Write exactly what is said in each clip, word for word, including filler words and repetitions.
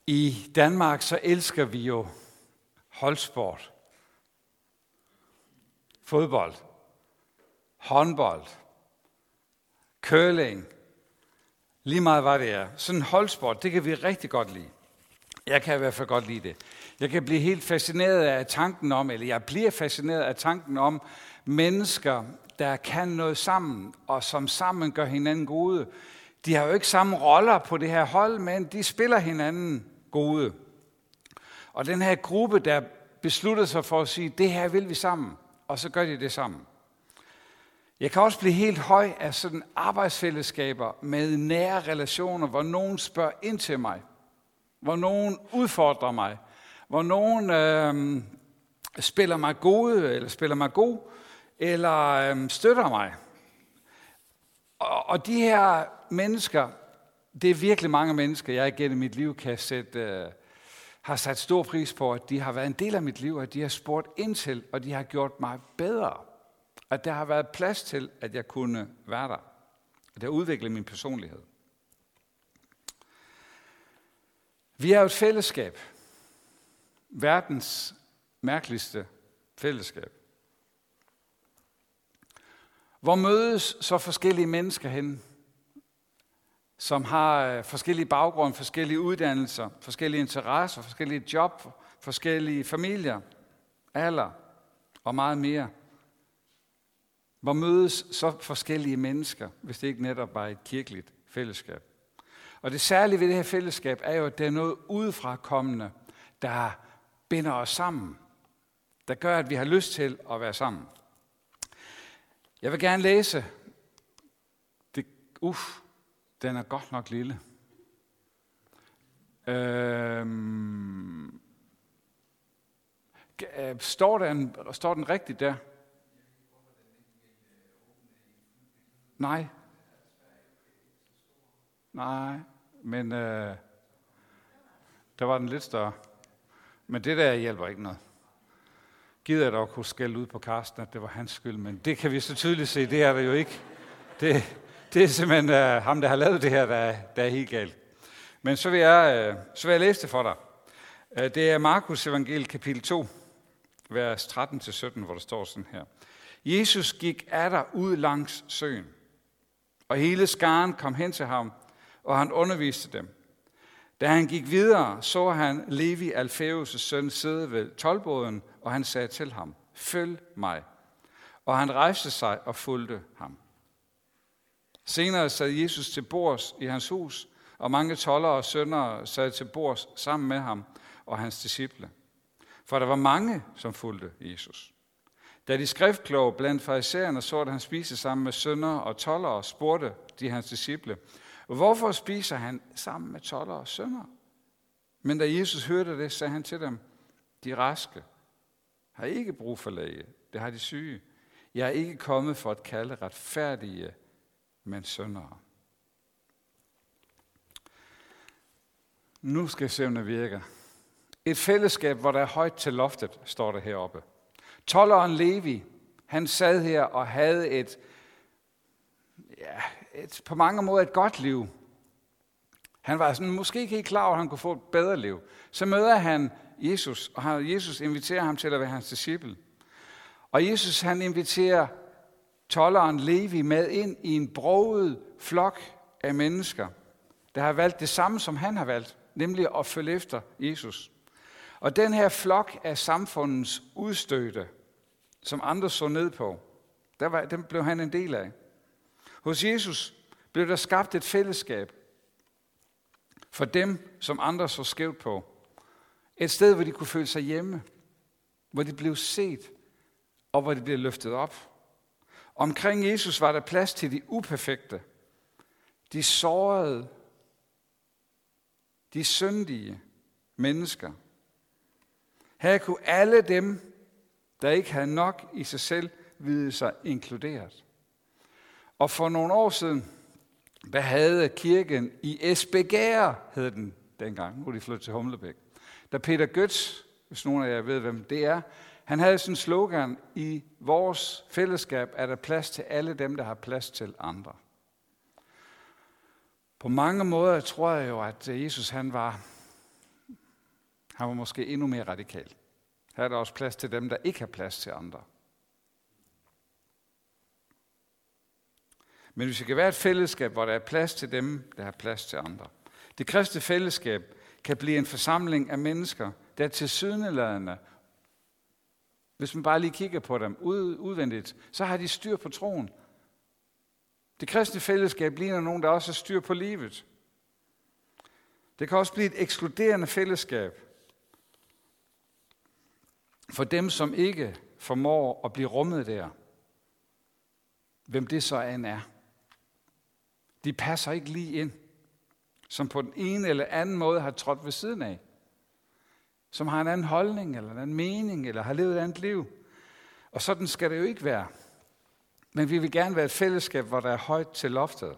I Danmark så elsker vi jo holdsport, fodbold, håndbold, curling, lige meget hvad det er. Sådan en holdsport, det kan vi rigtig godt lide. Jeg kan i hvert fald godt lide det. Jeg kan blive helt fascineret af tanken om, eller jeg bliver fascineret af tanken om mennesker, der kan noget sammen, og som sammen gør hinanden gode. De har jo ikke samme roller på det her hold, men de spiller hinanden gode. Og den her gruppe, der beslutter sig for at sige, det her vil vi sammen, og så gør de det sammen. Jeg kan også blive helt høj af sådan arbejdsfællesskaber med nære relationer, hvor nogen spørger ind til mig, hvor nogen udfordrer mig, hvor nogen øh, spiller mig gode, eller spiller mig god, eller øh, støtter mig. Og, og de her mennesker, det er virkelig mange mennesker, jeg igennem mit liv kan sætte, øh, har sat stor pris på, at de har været en del af mit liv, at de har spurgt ind til, og de har gjort mig bedre. At der har været plads til, at jeg kunne være der. At det har udviklet min personlighed. Vi er jo et fællesskab. Verdens mærkeligste fællesskab. Hvor mødes så forskellige mennesker hen, som har forskellige baggrunde, forskellige uddannelser, forskellige interesser, forskellige job, forskellige familier, alder og meget mere. Hvor mødes så forskellige mennesker, hvis det ikke netop var et kirkeligt fællesskab. Og det særlige ved det her fællesskab er jo, at det er noget udefrakommende, der binder os sammen. Der gør, at vi har lyst til at være sammen. Jeg vil gerne læse. Det, uff, den er godt nok lille. Øhm, står, den, står den rigtigt der? Nej. Nej, men øh, der var den lidt større. Men det der hjælper ikke noget. Gider jeg dog kunne skælde ud på Karsten, at det var hans skyld, men det kan vi så tydeligt se, det er det jo ikke. Det, det er simpelthen uh, ham, der har lavet det her, der, der er helt galt. Men så vil jeg, uh, så vil jeg læse det for dig. Uh, det er Markus evangeliet kapitel to, vers tretten til sytten, hvor der står sådan her. Jesus gik atter ud langs søen, og hele skaren kom hen til ham, og han underviste dem. Da han gik videre, så han Levi, Alfæus' søn, sidde ved toldboden, og han sagde til ham, følg mig. Og han rejste sig og fulgte ham. Senere sad Jesus til bords i hans hus, og mange toldere og syndere sad til bords sammen med ham og hans disciple. For der var mange, som fulgte Jesus. Da de skriftkloge blandt farisæerne så, at han spiste sammen med syndere og toldere, spurgte de hans disciple, hvorfor spiser han sammen med toldere og syndere? Men da Jesus hørte det, sagde han til dem, de raske har ikke brug for læge, det har de syge. Jeg er ikke kommet for at kalde retfærdige, men syndere. Nu skal jeg se, om det virker. Et fællesskab, hvor der er højt til loftet, står der heroppe. Tolderen Levi, han sad her og havde et, ja, et på mange måder et godt liv. Han var sådan, måske ikke helt klar over, at han kunne få et bedre liv. Så møder han Jesus, og Jesus inviterer ham til at være hans disciple. Og Jesus han inviterer tolderen Levi med ind i en broget flok af mennesker, der har valgt det samme, som han har valgt, nemlig at følge efter Jesus. Og den her flok af samfundets udstødte, som andre så ned på, der var, dem blev han en del af. Hos Jesus blev der skabt et fællesskab for dem, som andre så skævt på. Et sted, hvor de kunne føle sig hjemme, hvor de blev set, og hvor de blev løftet op. Omkring Jesus var der plads til de uperfekte, de sårede, de syndige mennesker. Her kunne alle dem, der ikke havde nok i sig selv, vide sig inkluderet. Og for nogle år siden, der havde kirken i Esbjerg, hed den dengang, nu er de flyttet til Humlebæk. Da Peter Götz, hvis nogen af jer ved, hvem det er, han havde sådan en slogan, i vores fællesskab er der plads til alle dem, der har plads til andre. På mange måder tror jeg jo, at Jesus han var Han var måske endnu mere radikal. Her er der også plads til dem, der ikke har plads til andre. Men hvis det kan være et fællesskab, hvor der er plads til dem, der har plads til andre. Det kristne fællesskab kan blive en forsamling af mennesker, der tilsyneladende, hvis man bare lige kigger på dem udvendigt, så har de styr på troen. Det kristne fællesskab ligner nogen, der også har styr på livet. Det kan også blive et ekskluderende fællesskab for dem, som ikke formår at blive rummet der. Hvem det så end er. De passer ikke lige ind, som på den ene eller anden måde har trådt ved siden af. Som har en anden holdning, eller en anden mening, eller har levet et andet liv. Og sådan skal det jo ikke være. Men vi vil gerne være et fællesskab, hvor der er højt til loftet.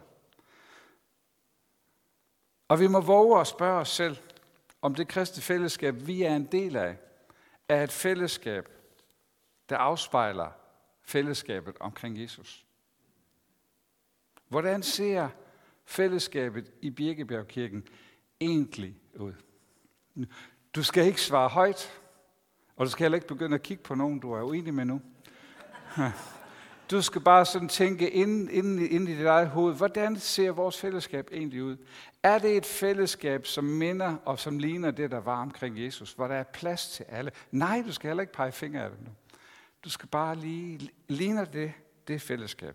Og vi må våge at spørge os selv, om det kristne fællesskab, vi er en del af, er et fællesskab, der afspejler fællesskabet omkring Jesus. Hvordan ser fællesskabet i Birkebjergkirken egentlig ud? Du skal ikke svare højt, og du skal heller ikke begynde at kigge på nogen, du er uenig med nu. Du skal bare sådan tænke ind, ind, ind i dit eget hoved, hvordan ser vores fællesskab egentlig ud? Er det et fællesskab, som minder og som ligner det, der var omkring Jesus, hvor der er plads til alle? Nej, du skal heller ikke pege fingre af det nu. Du skal bare lige, ligner det, det fællesskab.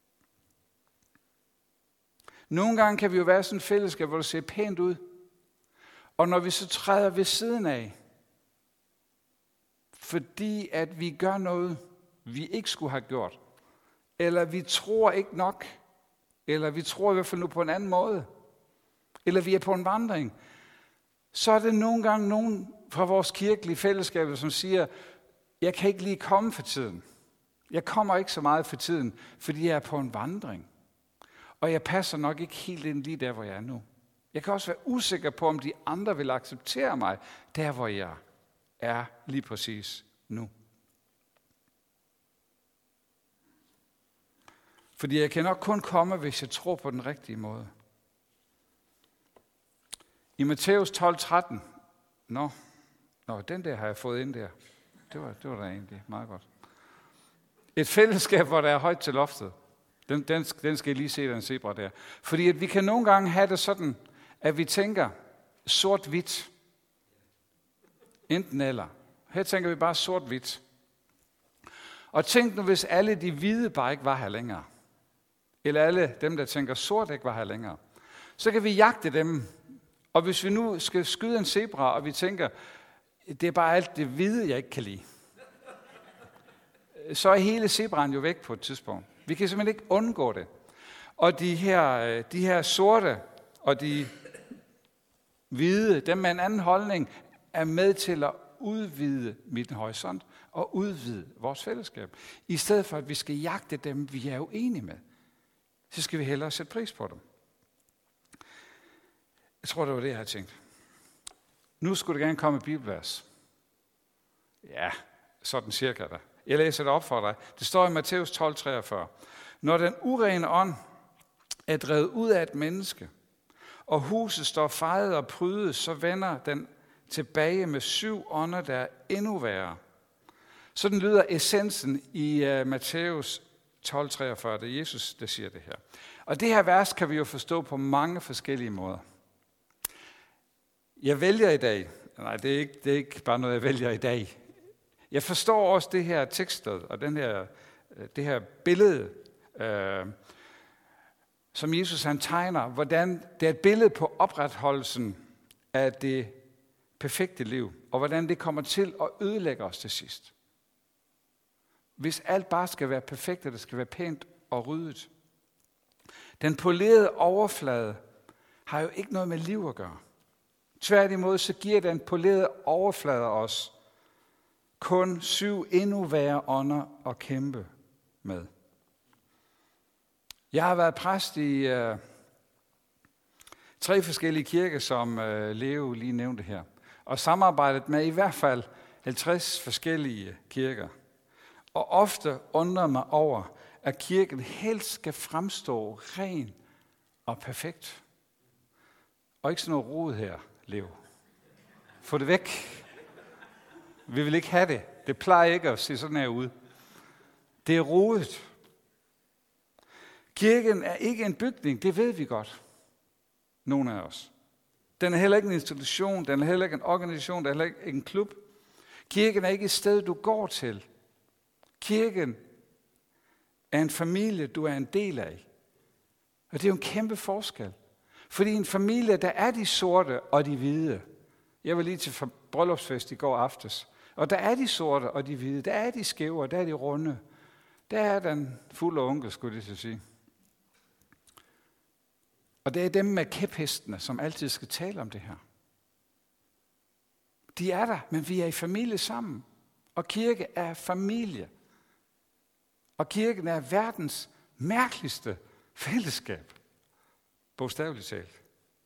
Nogle gange kan vi jo være sådan et fællesskab, hvor det ser pænt ud. Og når vi så træder ved siden af, fordi at vi gør noget, vi ikke skulle have gjort, eller vi tror ikke nok, eller vi tror i hvert fald nu på en anden måde, eller vi er på en vandring, så er det nogle gange nogen fra vores kirkelige fællesskaber, som siger, jeg kan ikke lige komme for tiden. Jeg kommer ikke så meget for tiden, fordi jeg er på en vandring. Og jeg passer nok ikke helt ind lige der, hvor jeg er nu. Jeg kan også være usikker på, om de andre vil acceptere mig, der hvor jeg er lige præcis nu. Fordi jeg kan nok kun komme, hvis jeg tror på den rigtige måde. I Matthæus tolv tretten, nå, nå, den der har jeg fået ind der. Det var, det var da egentlig meget godt. Et fællesskab, hvor der er højt til loftet. Den, den, den skal jeg lige se, den zebra der. Fordi at vi kan nogle gange have det sådan, at vi tænker sort-hvidt. Enten eller. Her tænker vi bare sort-hvidt. Og tænk nu, hvis alle de hvide bare ikke var her længere. Eller alle dem, der tænker sort, ikke var her længere. Så kan vi jagte dem. Og hvis vi nu skal skyde en zebra, og vi tænker, det er bare alt det hvide, jeg ikke kan lide. Så er hele zebraen jo væk på et tidspunkt. Vi kan simpelthen ikke undgå det. Og de her, de her sorte og de hvide, dem med en anden holdning, er med til at udvide mit horisont og udvide vores fællesskab. I stedet for, at vi skal jagte dem, vi er uenige med, så skal vi hellere sætte pris på dem. Jeg tror, det var det, jeg havde tænkt. Nu skulle det gerne komme et bibelvers. Ja, sådan cirka der. Jeg læser det op for dig. Det står i Matthæus tolv treogfyrre. Når den urene ånd er drevet ud af et menneske, og huset står fejet og prydet, så vender den tilbage med syv ånder, der er endnu værre. Sådan lyder essensen i uh, Matthæus tolv treogfyrre. Det er Jesus, der siger det her. Og det her vers kan vi jo forstå på mange forskellige måder. Jeg vælger i dag, nej, det er ikke, det er ikke bare noget, jeg vælger i dag. Jeg forstår også det her tekstet og den her, det her billede, øh, som Jesus han tegner, hvordan det er et billede på opretholdelsen af det perfekte liv, og hvordan det kommer til at ødelægge os til sidst. Hvis alt bare skal være perfekt, og det skal være pænt og ryddet. Den polerede overflade har jo ikke noget med liv at gøre. Tværtimod så giver den polerede overflade os kun syv endnu værre ånder at kæmpe med. Jeg har været præst i uh, tre forskellige kirker, som uh, Leo lige nævnte her, og samarbejdet med i hvert fald halvtreds forskellige kirker. Og ofte undrer mig over, at kirken helst skal fremstå ren og perfekt. Og ikke sådan noget rod her, Leo. Få det væk. Vi vil ikke have det. Det plejer ikke at se sådan her ud. Det er rodet. Kirken er ikke en bygning, det ved vi godt. Nogle af os. Den er heller ikke en institution, den er heller ikke en organisation, den er heller ikke en klub. Kirken er ikke et sted, du går til. Kirken er en familie, du er en del af. Og det er jo en kæmpe forskel. Fordi i en familie, der er de sorte og de hvide. Jeg var lige til bryllupsfest i går aftes. Og der er de sorte og de hvide. Der er de skæve, og der er de runde. Der er den fulde onkel, skulle jeg så sige. Og det er dem med kæphestene, som altid skal tale om det her. De er der, men vi er i familie sammen. Og kirke er familie. Og kirken er verdens mærkeligste fællesskab. Bogstaveligt talt.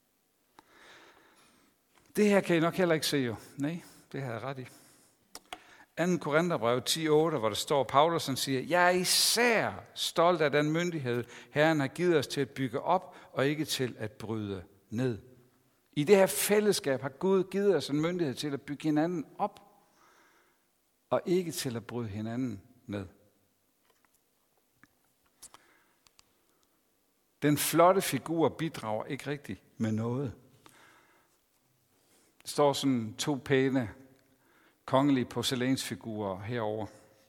Det her kan I nok heller ikke se jo. Nej, det har jeg ret i. anden Korintherbrev ti otte, hvor der står, Paulus han siger, jeg er især stolt af den myndighed, Herren har givet os til at bygge op, og ikke til at bryde ned. I det her fællesskab har Gud givet os en myndighed til at bygge hinanden op, og ikke til at bryde hinanden ned. Den flotte figur bidrager ikke rigtigt med noget. Der står sådan to pæne, kongelige porcelænsfigurer herover.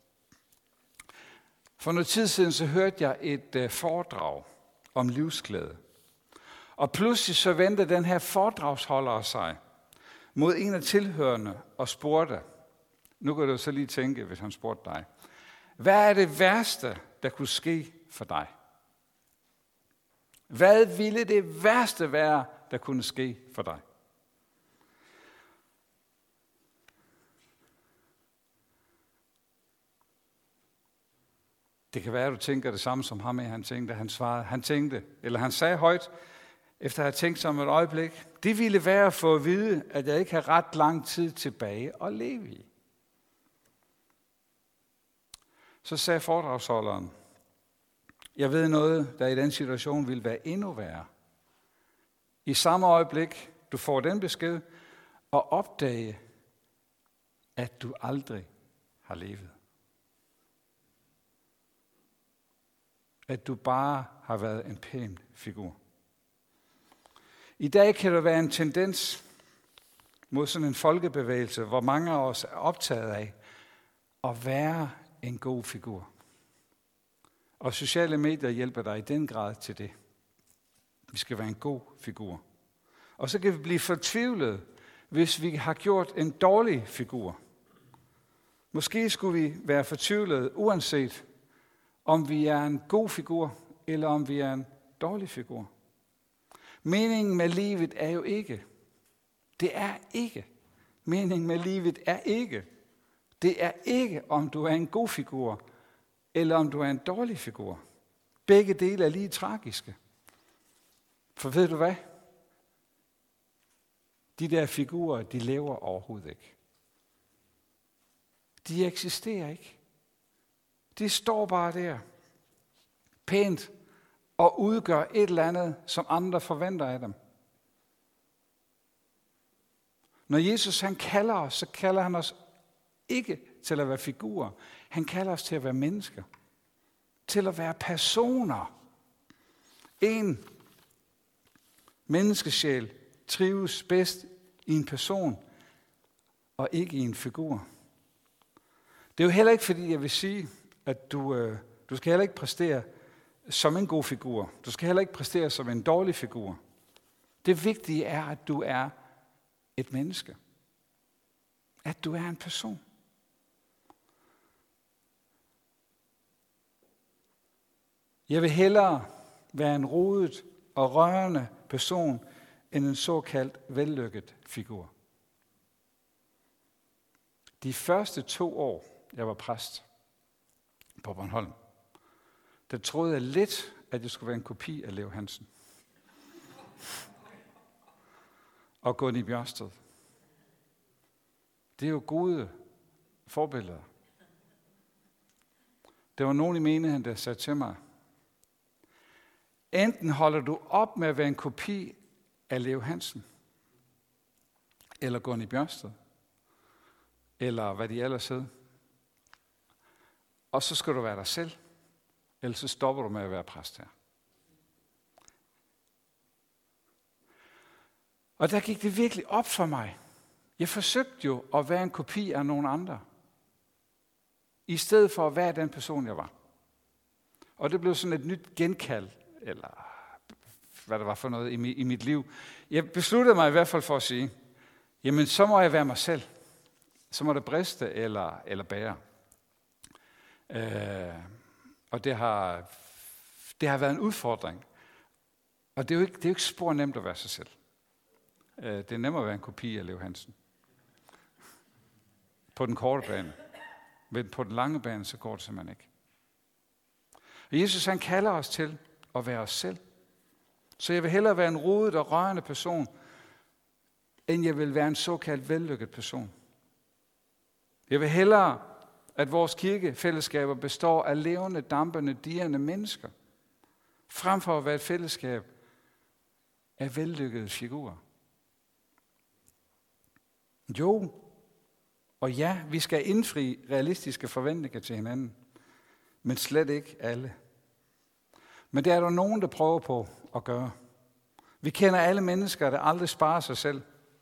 For noget tid siden så hørte jeg et foredrag om livsglæde. Og pludselig så vendte den her foredragsholder sig mod en af tilhørende og spurgte, nu kan du så lige tænke, hvis han spurgte dig, hvad er det værste, der kunne ske for dig? Hvad ville det værste være, der kunne ske for dig? Det kan være, at du tænker det samme som ham, han tænkte, han svarede. Han tænkte, eller han sagde højt, efter at have tænkt sig om et øjeblik, det ville være for at vide, at jeg ikke har ret lang tid tilbage at leve i. Så sagde foredragsholderen, jeg ved noget, der i den situation ville være endnu værre. I samme øjeblik, du får den besked, og opdage, at du aldrig har levet. At du bare har været en pæn figur. I dag kan der være en tendens mod sådan en folkebevægelse, hvor mange af os er optaget af at være en god figur. Og sociale medier hjælper dig i den grad til det. Vi skal være en god figur. Og så kan vi blive fortvivlet, hvis vi har gjort en dårlig figur. Måske skulle vi være fortvivlet, uanset om vi er en god figur, eller om vi er en dårlig figur. Meningen med livet er jo ikke. Det er ikke. Meningen med livet er ikke. Det er ikke, om du er en god figur, eller om du er en dårlig figur. Begge dele er lige tragiske. For ved du hvad? De der figurer, de lever overhovedet ikke. De eksisterer ikke. De står bare der, pænt, og udgør et eller andet, som andre forventer af dem. Når Jesus han kalder os, så kalder han os ikke til at være figurer. Han kalder os til at være mennesker. Til at være personer. En menneskesjæl trives bedst i en person, og ikke i en figur. Det er jo heller ikke, fordi jeg vil sige, at du, øh, du skal heller ikke præstere som en god figur. Du skal heller ikke præstere som en dårlig figur. Det vigtige er, at du er et menneske. At du er en person. Jeg vil hellere være en rodet og rørende person, end en såkaldt vellykket figur. De første to år, jeg var præst på Bornholm, der troede jeg lidt, at jeg skulle være en kopi af Leo Hansen. Og Gunni Bjørsted. Det er jo gode forbilleder. Der var nogen i menigheden, der sagde til mig, enten holder du op med at være en kopi af Leo Hansen, eller Gunni Bjørsted, eller hvad de ellers hedder. Og så skal du være dig selv, ellers så stopper du med at være præst her. Og der gik det virkelig op for mig. Jeg forsøgte jo at være en kopi af nogen andre, i stedet for at være den person, jeg var. Og det blev sådan et nyt genkald, eller hvad det var for noget i mit, i mit liv. Jeg besluttede mig i hvert fald for at sige, jamen så må jeg være mig selv. Så må det briste eller, eller bære. Øh, og det har, det har været en udfordring. Og det er jo ikke, det er jo ikke spor nemt at være sig selv. Øh, det er nemmere at være en kopi af Leo Hansen. På den korte bane. Men på den lange bane, så går det simpelthen ikke. Og Jesus, han kalder os til at være os selv. Så jeg vil hellere være en rodet og rørende person, end jeg vil være en såkaldt vellykket person. Jeg vil hellere, at vores kirkefællesskaber består af levende, dampende, dirrende mennesker, frem for at være et fællesskab af vellykkede figurer. Jo, og ja, vi skal indfri realistiske forventninger til hinanden, men slet ikke alle. Men det er der nogen, der prøver på at gøre. Vi kender alle mennesker, der aldrig sparer sig selv.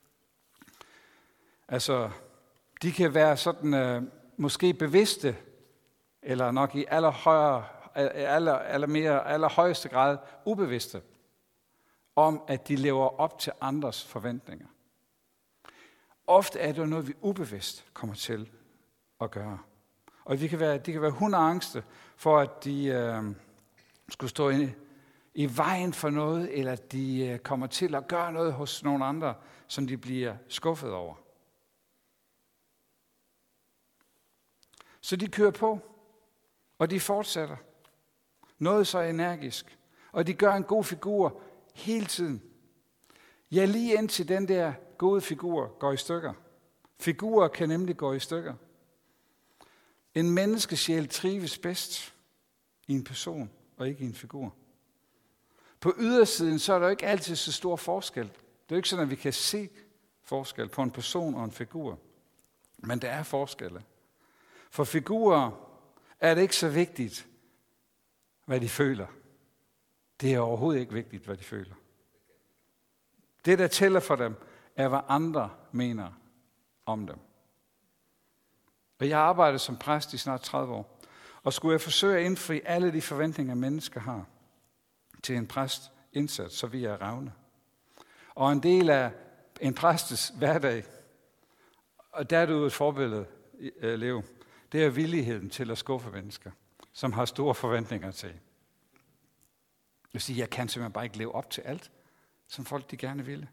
Altså, de kan være sådan øh, måske bevidste, eller nok i allerhøjere, aller, aller mere, allerhøjeste grad ubevidste, om at de lever op til andres forventninger. Ofte er det noget, vi ubevidst kommer til at gøre. Og de kan være, de kan være hundeangste for, at de øh, skulle stå i, i vejen for noget, eller at de øh, kommer til at gøre noget hos nogle andre, som de bliver skuffet over. Så de kører på, og de fortsætter. Noget så energisk. Og de gør en god figur hele tiden. Ja, lige indtil den der gode figur går i stykker. Figurer kan nemlig gå i stykker. En menneskesjæl trives bedst i en person, og ikke i en figur. På ydersiden, så er der jo ikke altid så stor forskel. Det er jo ikke sådan, at vi kan se forskel på en person og en figur. Men der er forskelle. For figurer er det ikke så vigtigt, hvad de føler. Det er overhovedet ikke vigtigt, hvad de føler. Det, der tæller for dem, er, hvad andre mener om dem. Og jeg har arbejdet som præst i snart tredive år. Og skulle jeg forsøge at indfri alle de forventninger, mennesker har til en præst indsats, så vi er ravne. Og en del af en præstes hverdag, og der er du et forbillede, Leo, det er villigheden til at skuffe mennesker, som har store forventninger til. Jeg vil sige, jeg kan simpelthen bare ikke leve op til alt, som folk de gerne ville.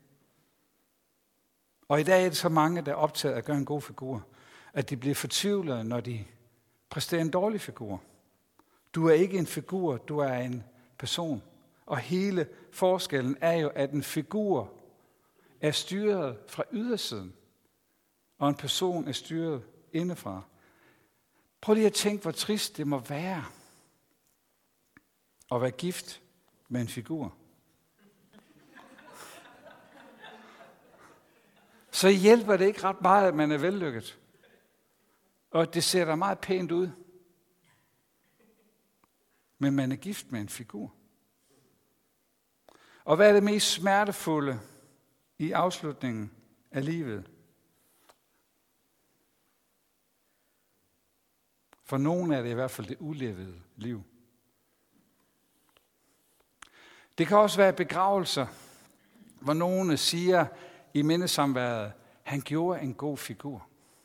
Og i dag er det så mange, der er optaget at gøre en god figur, at de bliver fortvivlede, når de præsterer en dårlig figur. Du er ikke en figur, du er en person. Og hele forskellen er jo, at en figur er styret fra ydersiden, og en person er styret indefra. Prøv lige at tænke, hvor trist det må være at være gift med en figur. Så hjælper det ikke ret meget, at man er vellykket. Og det ser da meget pænt ud. Men man er gift med en figur. Og hvad er det mest smertefulde i afslutningen af livet? For nogen er det i hvert fald det ulevede liv. Det kan også være begravelser, hvor nogen siger i mindesamværet, han gjorde en god figur.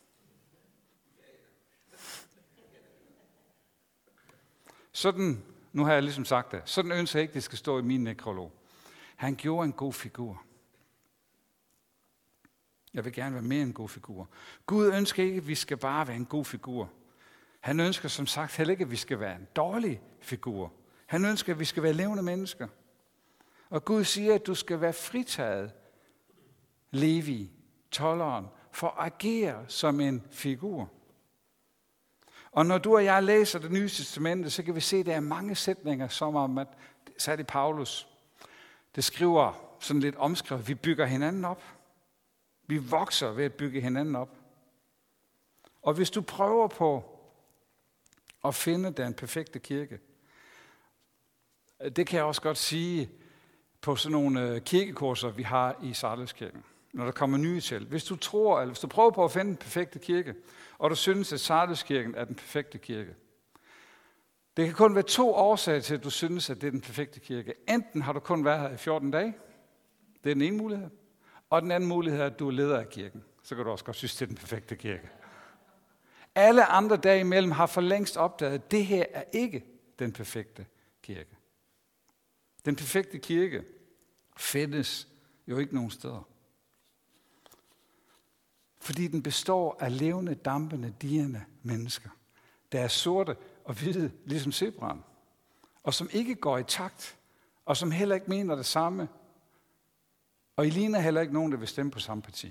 Sådan, nu har jeg ligesom sagt det, sådan ønsker jeg ikke, det skal stå i min nekrolog. Han gjorde en god figur. Jeg vil gerne være mere en god figur. Gud ønsker ikke, at vi skal bare være en god figur. Han ønsker som sagt heller ikke, at vi skal være en dårlig figur. Han ønsker, at vi skal være levende mennesker. Og Gud siger, at du skal være fritaget, Levi, tolderen, for at agere som en figur. Og når du og jeg læser det nye testamente, så kan vi se, at der er mange sætninger, som om, at særligt Paulus, det skriver sådan lidt omskrevet, vi bygger hinanden op. Vi vokser ved at bygge hinanden op. Og hvis du prøver på at finde den perfekte kirke, det kan jeg også godt sige på sådan nogle kirkekurser, vi har i Sardelskirken, når der kommer nye til. Hvis du tror, eller hvis du prøver på at finde den perfekte kirke, og du synes, at Sardelskirken er den perfekte kirke, det kan kun være to årsager til, at du synes, at det er den perfekte kirke. Enten har du kun været her i fjorten dage, det er den ene mulighed, og den anden mulighed er, at du er leder af kirken. Så kan du også godt synes, det er den perfekte kirke. Alle andre dage imellem har for længst opdaget, at det her er ikke den perfekte kirke. Den perfekte kirke findes jo ikke nogen steder. Fordi den består af levende, dampende, dirrende mennesker, der er sorte og hvide, ligesom zebraen, og som ikke går i takt, og som heller ikke mener det samme, og I ligner heller ikke nogen, der vil stemme på samme parti.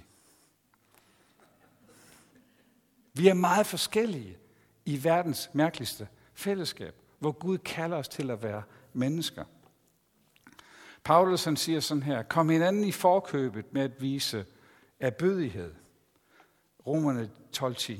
Vi er meget forskellige i verdens mærkeligste fællesskab, hvor Gud kalder os til at være mennesker. Paulus han siger sådan her: kom hinanden i forkøbet med at vise ærbødighed. Romerne tolv ti.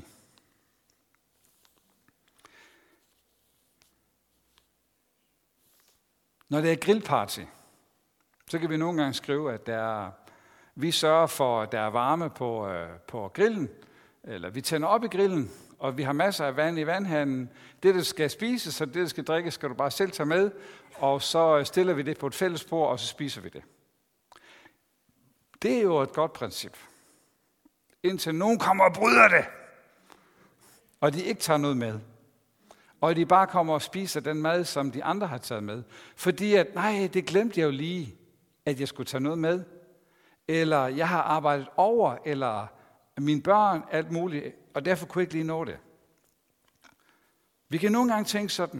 Når det er grillparty, så kan vi nogle gange skrive, at der er, vi sørger for, at der er varme på, øh, på grillen, eller vi tænder op i grillen, og vi har masser af vand i vandhanen. Det, der skal spises, og det, der skal drikkes, skal du bare selv tage med, og så stiller vi det på et fælles bord, og så spiser vi det. Det er jo et godt princip. Indtil nogen kommer og bryder det, og de ikke tager noget med. Og de bare kommer og spiser den mad, som de andre har taget med. Fordi at, nej, det glemte jeg jo lige, at jeg skulle tage noget med. Eller jeg har arbejdet over, eller mine børn, alt muligt, og derfor kunne jeg ikke lige nå det. Vi kan nogle gange tænke sådan.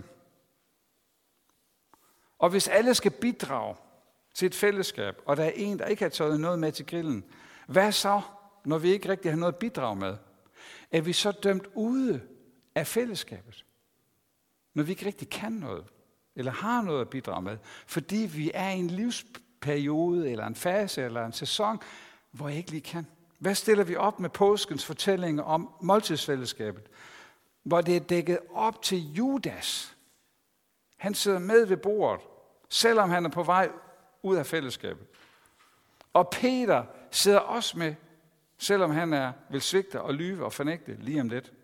Og hvis alle skal bidrage til et fællesskab, og der er en, der ikke har taget noget med til grillen, hvad så, når vi ikke rigtig har noget at bidrage med? Er vi så dømt ude af fællesskabet? Når vi ikke rigtig kan noget, eller har noget at bidrage med, fordi vi er i en livsperiode, eller en fase, eller en sæson, hvor jeg ikke lige kan. Hvad stiller vi op med påskens fortællinger om måltidsfællesskabet, hvor det er dækket op til Judas? Han sidder med ved bordet, selvom han er på vej ud af fællesskabet. Og Peter sidder også med, selvom han er vil svigte og lyve og fornægte lige om lidt.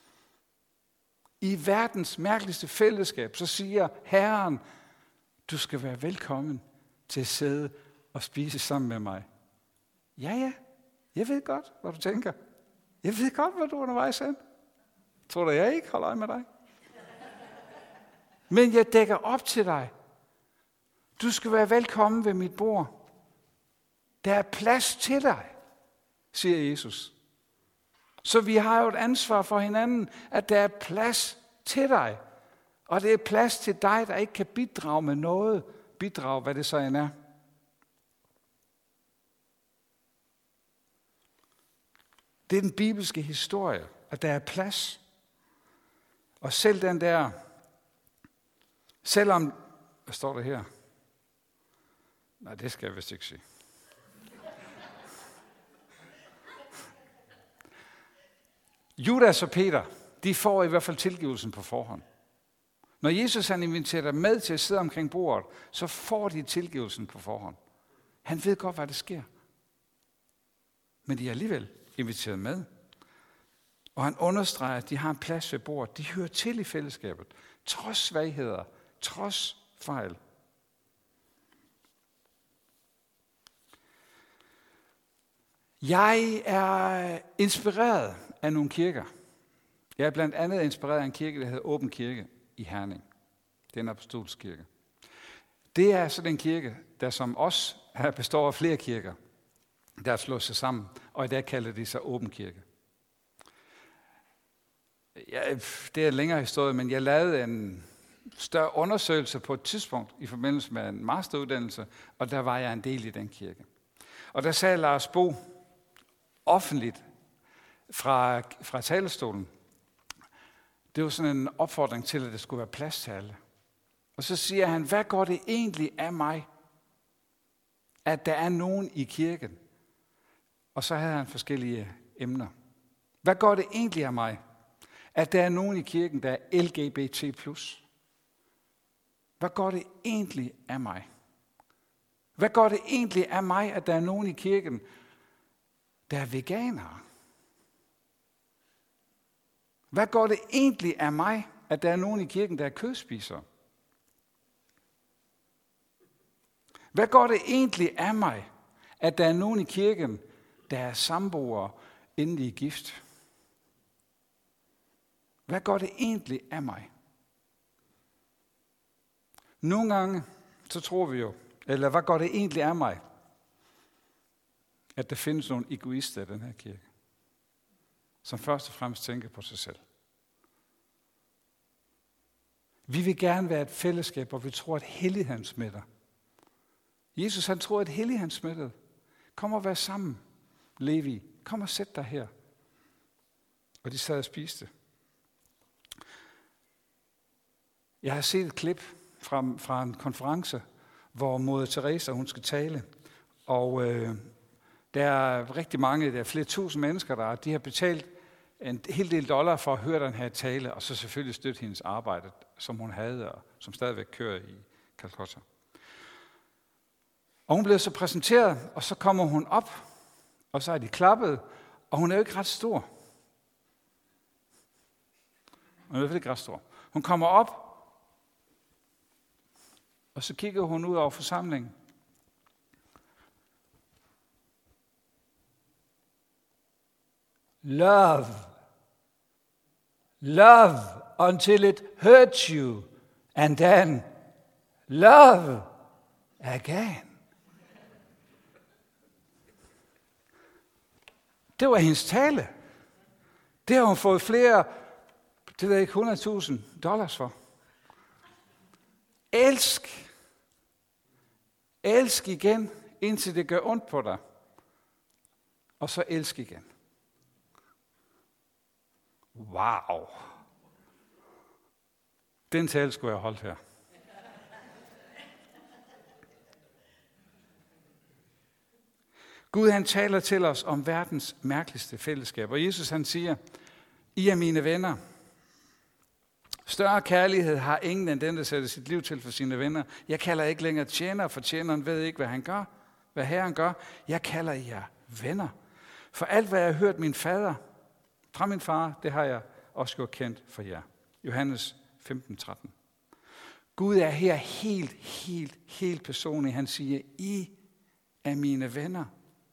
I verdens mærkeligste fællesskab, så siger Herren, du skal være velkommen til at sidde og spise sammen med mig. Ja, ja, jeg ved godt, hvad du tænker. Jeg ved godt, hvad du er undervejs hen. Tror du, jeg ikke holder øje med dig? Men jeg dækker op til dig. Du skal være velkommen ved mit bord. Der er plads til dig, siger Jesus. Så vi har jo et ansvar for hinanden, at der er plads til dig. Og det er plads til dig, der ikke kan bidrage med noget. Bidrage, hvad det så end er. Det er den bibelske historie, at der er plads. Og selv den der, selvom, hvad står der her? Nej, det skal jeg vist ikke sige. Judas og Peter, de får i hvert fald tilgivelsen på forhånd. Når Jesus han inviterer dem med til at sidde omkring bordet, så får de tilgivelsen på forhånd. Han ved godt, hvad der sker. Men de er alligevel inviteret med. Og han understreger, at de har en plads ved bordet. De hører til i fællesskabet. Trods svagheder, trods fejl. Jeg er inspireret af nogle kirker. Jeg er blandt andet inspireret af en kirke, der hedder Åben Kirke i Herning. Det er en apostolsk kirke. Det er sådan en kirke, der som os her består af flere kirker, der er slået sig sammen, og i dag kalder de sig Åben Kirke. Ja, det er en længere historie, men jeg lavede en større undersøgelse på et tidspunkt i forbindelse med en masteruddannelse, og der var jeg en del i den kirke. Og der sagde Lars Bo offentligt fra, fra talerstolen, det var sådan en opfordring til, at der skulle være plads til alle. Og så siger han, hvad går det egentlig af mig, at der er nogen i kirken, Og så havde han forskellige emner. Hvad går det egentlig af mig, at der er nogen i kirken, der er L G B T plus? Hvad går det egentlig af mig? Hvad går det egentlig af mig, at der er nogen i kirken, der er veganere? Hvad går det egentlig af mig, at der er nogen i kirken, der er kødspisere? Hvad går det egentlig af mig, at der er nogen i kirken, der er samboere, inden de er gift? Hvad går det egentlig af mig? Nogle gange, så tror vi jo, eller hvad går det egentlig af mig, at der findes nogle egoister i den her kirke, som først og fremmest tænker på sig selv. Vi vil gerne være et fællesskab, hvor vi tror, at helligheden smitter. Jesus, han tror, at helligheden smittede. Kom og vær sammen, Levi. Kom og sæt dig her. Og de sad og spiste. Jeg har set et klip fra, fra en konference, hvor moder Teresa, hun skal tale. Og øh, der er rigtig mange, der er flere tusind mennesker, der de har betalt en hel del dollar for at høre den her tale, og så selvfølgelig støtte hendes arbejde, som hun havde, og som stadigvæk kører i Calcutta. Og hun blev så præsenteret, og så kommer hun op, og så er de klappet, og hun er jo ikke ret stor. Hun er i hvert fald ikke ret stor. Hun kommer op, og så kigger hun ud over forsamlingen. Love. Love until it hurts you. And then love again. Det var hendes tale. Det har hun fået flere, det ved jeg ikke, hundrede tusind dollars for. Elsk. Elsk igen, indtil det gør ondt på dig. Og så elsk igen. Wow. Den tale skulle jeg have holdt her. Gud, han taler til os om verdens mærkeligste fællesskab. Og Jesus, han siger, I er mine venner. Større kærlighed har ingen end den, der sætter sit liv til for sine venner. Jeg kalder ikke længere tjener, for tjeneren ved ikke, hvad han gør, hvad Herren gør. Jeg kalder jer venner. For alt, hvad jeg har hørt min fader fra min far, det har jeg også gjort kendt for jer. Johannes femten tretten. Gud er her helt, helt, helt personligt. Han siger, I er mine venner.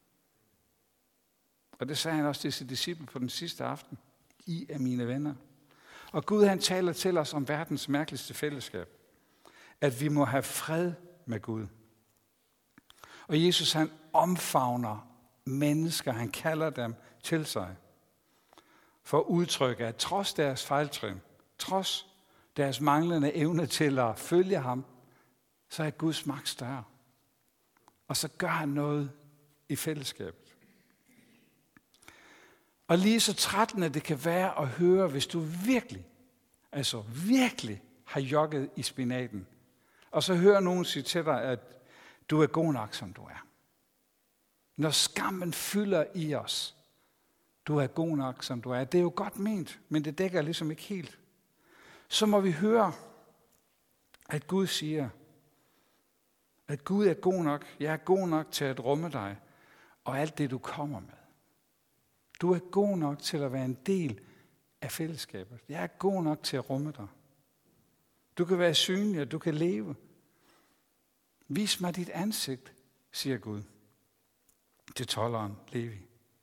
Og det sagde han også til sit disciple på den sidste aften. I er mine venner. Og Gud, han taler til os om verdens mærkeligste fællesskab. At vi må have fred med Gud. Og Jesus, han omfavner mennesker. Han kalder dem til sig. For at udtrykke, at trods deres fejltrin, trods deres manglende evne til at følge ham, så er Guds magt større. Og så gør han noget i fællesskabet. Og lige så trættende det kan være at høre, hvis du virkelig, altså virkelig har jogget i spinaten, og så hører nogen sige til dig, at du er god nok, som du er. Når skammen fylder i os, du er god nok, som du er. Det er jo godt ment, men det dækker ligesom ikke helt. Så må vi høre, at Gud siger, at Gud er god nok. Jeg er god nok til at rumme dig, og alt det, du kommer med. Du er god nok til at være en del af fællesskabet. Jeg er god nok til at rumme dig. Du kan være synlig, og du kan leve. Vis mig dit ansigt, siger Gud til tolderen Levi.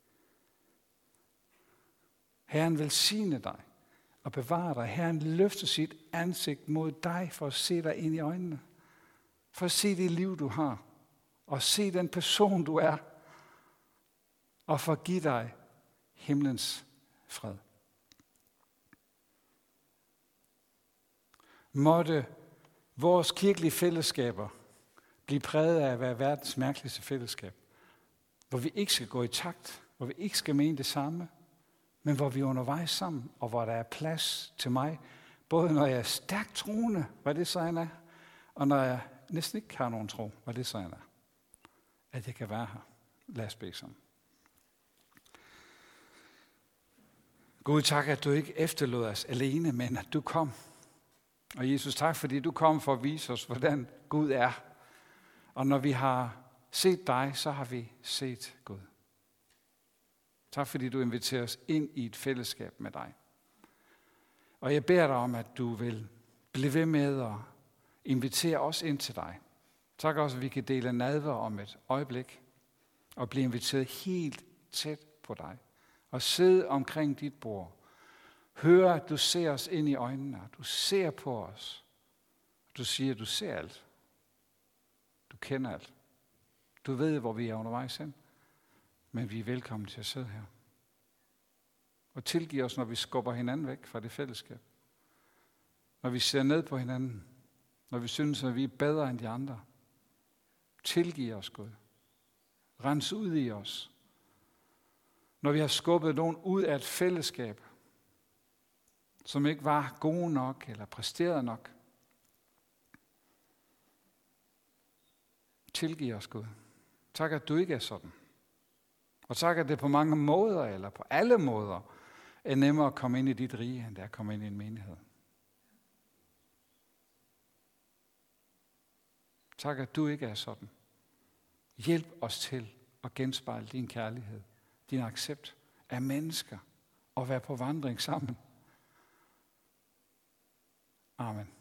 Herren velsigne dig og bevare dig. Herren løfter sit ansigt mod dig for at se dig ind i øjnene. For at se det liv, du har. Og se den person, du er. Og for at give dig himlens fred. Måtte vores kirkelige fællesskaber blive præget af at være verdens mærkeligste fællesskab. Hvor vi ikke skal gå i takt, hvor vi ikke skal mene det samme, men hvor vi er undervejs sammen, og hvor der er plads til mig, både når jeg er stærkt troende, hvad det så end er, og når jeg næsten ikke har nogen tro, hvad det så end er, at jeg kan være her. Lad os bede sammen. Gud, tak, at du ikke efterlod os alene, men at du kom. Og Jesus, tak, fordi du kom for at vise os, hvordan Gud er. Og når vi har set dig, så har vi set Gud. Tak, fordi du inviterer os ind i et fællesskab med dig. Og jeg beder dig om, at du vil blive ved med at invitere os ind til dig. Tak også, at vi kan dele nadver om et øjeblik og blive inviteret helt tæt på dig. Og sidde omkring dit bord. Høre, at du ser os ind i øjnene. Du ser på os. Du siger, at du ser alt. Du kender alt. Du ved, hvor vi er undervejs hen. Men vi er velkommen til at sidde her. Og tilgiv os, når vi skubber hinanden væk fra det fællesskab. Når vi ser ned på hinanden. Når vi synes, at vi er bedre end de andre. Tilgiv os, Gud. Rens ud i os. Når vi har skubbet nogen ud af et fællesskab, som ikke var gode nok eller præsterede nok. Tilgiv os, Gud. Tak, at du ikke er sådan. Og tak, at det på mange måder, eller på alle måder, er nemmere at komme ind i dit rige, end det er at komme ind i en menighed. Tak, at du ikke er sådan. Hjælp os til at genspejle din kærlighed, din accept af mennesker, og være på vandring sammen. Amen.